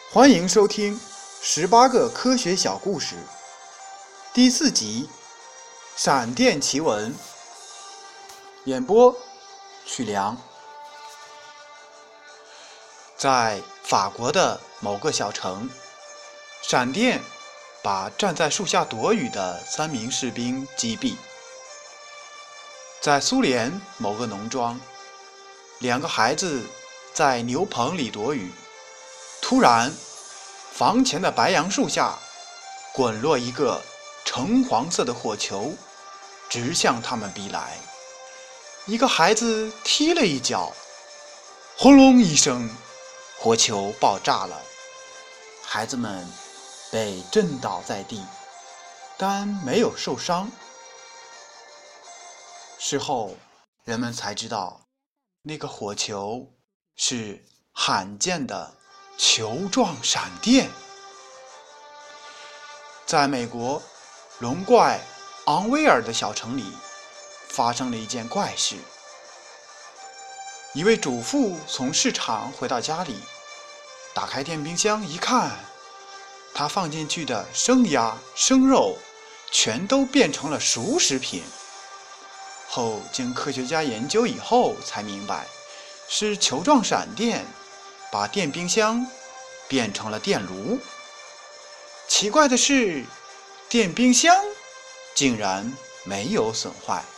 欢迎收听18个科学小故事第4集《闪电奇闻》，演播曲良。在法国的某个小城，闪电把站在树下躲雨的3名士兵击毙。在苏联某个农庄，2个孩子在牛棚里躲雨，突然房前的白杨树下滚落一个橙黄色的火球，直向他们逼来。一个孩子踢了一脚，轰隆一声，火球爆炸了，孩子们被震倒在地，但没有受伤。事后人们才知道，那个火球是罕见的球状闪电。在美国龙怪昂威尔的小城里，发生了一件怪事。一位主妇从市场回到家里，打开电冰箱一看，她放进去的生鸭、生肉全都变成了熟食品。后经科学家研究以后才明白，是球状闪电把电冰箱变成了电炉。奇怪的是，电冰箱竟然没有损坏。